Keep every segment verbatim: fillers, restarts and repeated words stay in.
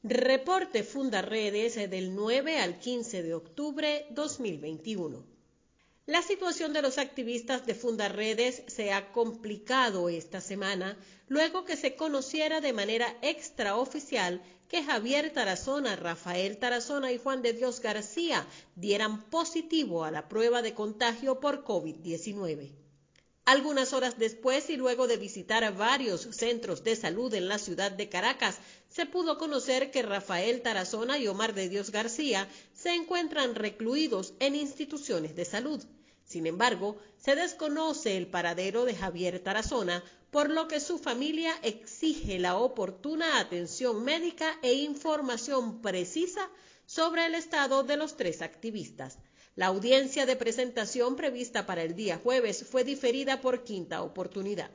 Reporte Fundarredes del nueve al quince de octubre dos mil veintiuno. La situación de los activistas de Fundarredes se ha complicado esta semana, luego que se conociera de manera extraoficial que Javier Tarazona, Rafael Tarazona y Juan de Dios García dieran positivo a la prueba de contagio por COVID diecinueve. Algunas horas después y luego de visitar varios centros de salud en la ciudad de Caracas, se pudo conocer que Rafael Tarazona y Omar de Dios García se encuentran recluidos en instituciones de salud. Sin embargo, se desconoce el paradero de Javier Tarazona, por lo que su familia exige la oportuna atención médica e información precisa sobre el estado de los tres activistas. La audiencia de presentación prevista para el día jueves fue diferida por quinta oportunidad.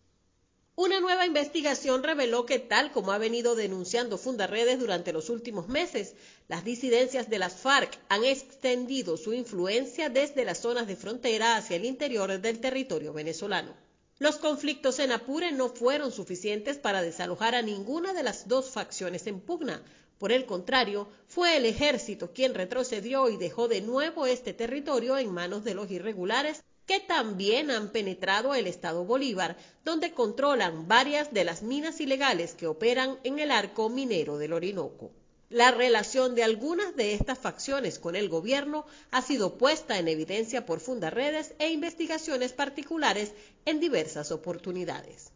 Una nueva investigación reveló que, tal como ha venido denunciando Fundarredes durante los últimos meses, las disidencias de las FARC han extendido su influencia desde las zonas de frontera hacia el interior del territorio venezolano. Los conflictos en Apure no fueron suficientes para desalojar a ninguna de las dos facciones en pugna. Por el contrario, fue el ejército quien retrocedió y dejó de nuevo este territorio en manos de los irregulares, que también han penetrado el estado Bolívar, donde controlan varias de las minas ilegales que operan en el arco minero del Orinoco. La relación de algunas de estas facciones con el gobierno ha sido puesta en evidencia por Fundarredes e investigaciones particulares en diversas oportunidades.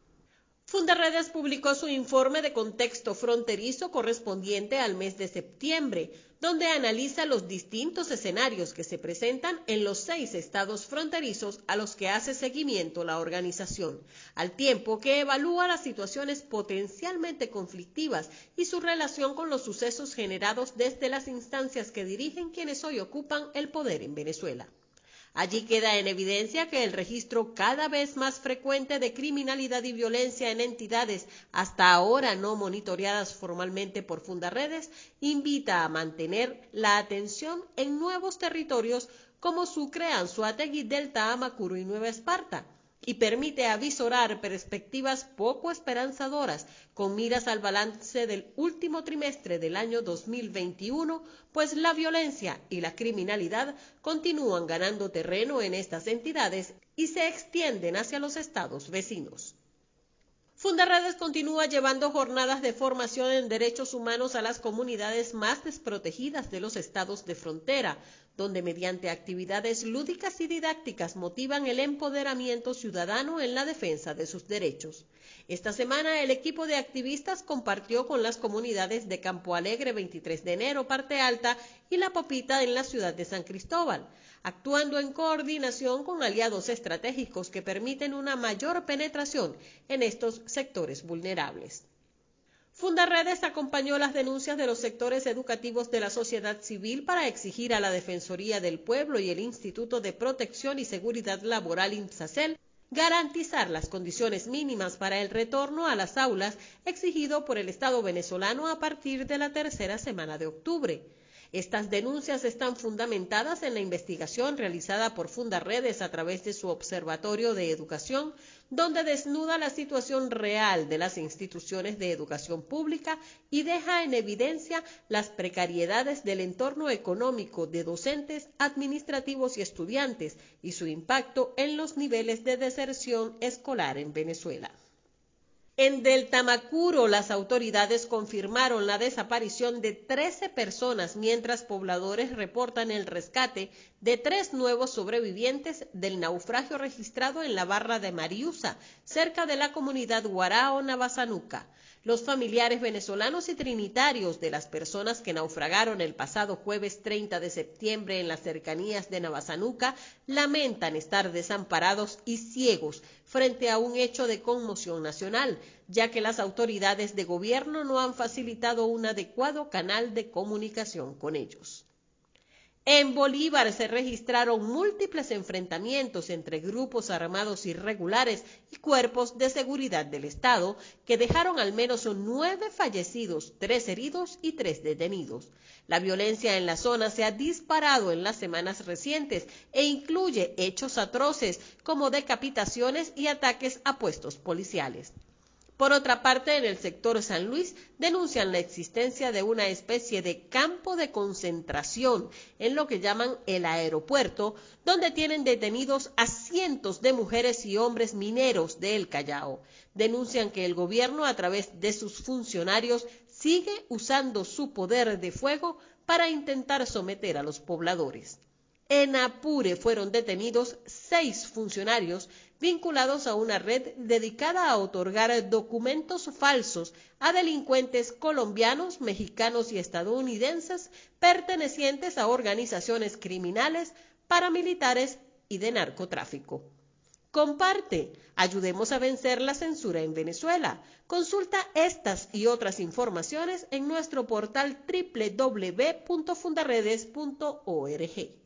Fundarredes publicó su informe de contexto fronterizo correspondiente al mes de septiembre, donde analiza los distintos escenarios que se presentan en los seis estados fronterizos a los que hace seguimiento la organización, al tiempo que evalúa las situaciones potencialmente conflictivas y su relación con los sucesos generados desde las instancias que dirigen quienes hoy ocupan el poder en Venezuela. Allí queda en evidencia que el registro cada vez más frecuente de criminalidad y violencia en entidades hasta ahora no monitoreadas formalmente por Fundarredes invita a mantener la atención en nuevos territorios como Sucre, Anzoátegui, Delta, Amacuro y Nueva Esparta, y permite avisorar perspectivas poco esperanzadoras con miras al balance del último trimestre del año dos mil veintiuno, pues la violencia y la criminalidad continúan ganando terreno en estas entidades y se extienden hacia los estados vecinos. Fundarredes continúa llevando jornadas de formación en derechos humanos a las comunidades más desprotegidas de los estados de frontera, donde mediante actividades lúdicas y didácticas motivan el empoderamiento ciudadano en la defensa de sus derechos. Esta semana el equipo de activistas compartió con las comunidades de Campo Alegre, veintitrés de enero, Parte Alta y La Popita en la ciudad de San Cristóbal, actuando en coordinación con aliados estratégicos que permiten una mayor penetración en estos sectores vulnerables. Fundarredes acompañó las denuncias de los sectores educativos de la sociedad civil para exigir a la Defensoría del Pueblo y el Instituto de Protección y Seguridad Laboral INPSACEL garantizar las condiciones mínimas para el retorno a las aulas exigido por el Estado venezolano a partir de la tercera semana de octubre. Estas denuncias están fundamentadas en la investigación realizada por Fundarredes a través de su Observatorio de Educación, donde desnuda la situación real de las instituciones de educación pública y deja en evidencia las precariedades del entorno económico de docentes, administrativos y estudiantes y su impacto en los niveles de deserción escolar en Venezuela. En Deltamacuro, las autoridades confirmaron la desaparición de trece personas, mientras pobladores reportan el rescate de tres nuevos sobrevivientes del naufragio registrado en la barra de Mariusa, cerca de la comunidad Guarao, Navazanuca. Los familiares venezolanos y trinitarios de las personas que naufragaron el pasado jueves treinta de septiembre en las cercanías de Navazanuca lamentan estar desamparados y ciegos frente a un hecho de conmoción nacional, ya que las autoridades de gobierno no han facilitado un adecuado canal de comunicación con ellos. En Bolívar se registraron múltiples enfrentamientos entre grupos armados irregulares y cuerpos de seguridad del Estado que dejaron al menos nueve fallecidos, tres heridos y tres detenidos. La violencia en la zona se ha disparado en las semanas recientes e incluye hechos atroces como decapitaciones y ataques a puestos policiales. Por otra parte, en el sector San Luis denuncian la existencia de una especie de campo de concentración en lo que llaman el aeropuerto, donde tienen detenidos a cientos de mujeres y hombres mineros del Callao. Denuncian que el gobierno, a través de sus funcionarios, sigue usando su poder de fuego para intentar someter a los pobladores. En Apure fueron detenidos seis funcionarios vinculados a una red dedicada a otorgar documentos falsos a delincuentes colombianos, mexicanos y estadounidenses pertenecientes a organizaciones criminales, paramilitares y de narcotráfico. Comparte, ayudemos a vencer la censura en Venezuela. Consulta estas y otras informaciones en nuestro portal doble u doble u doble u punto fundaredes punto org.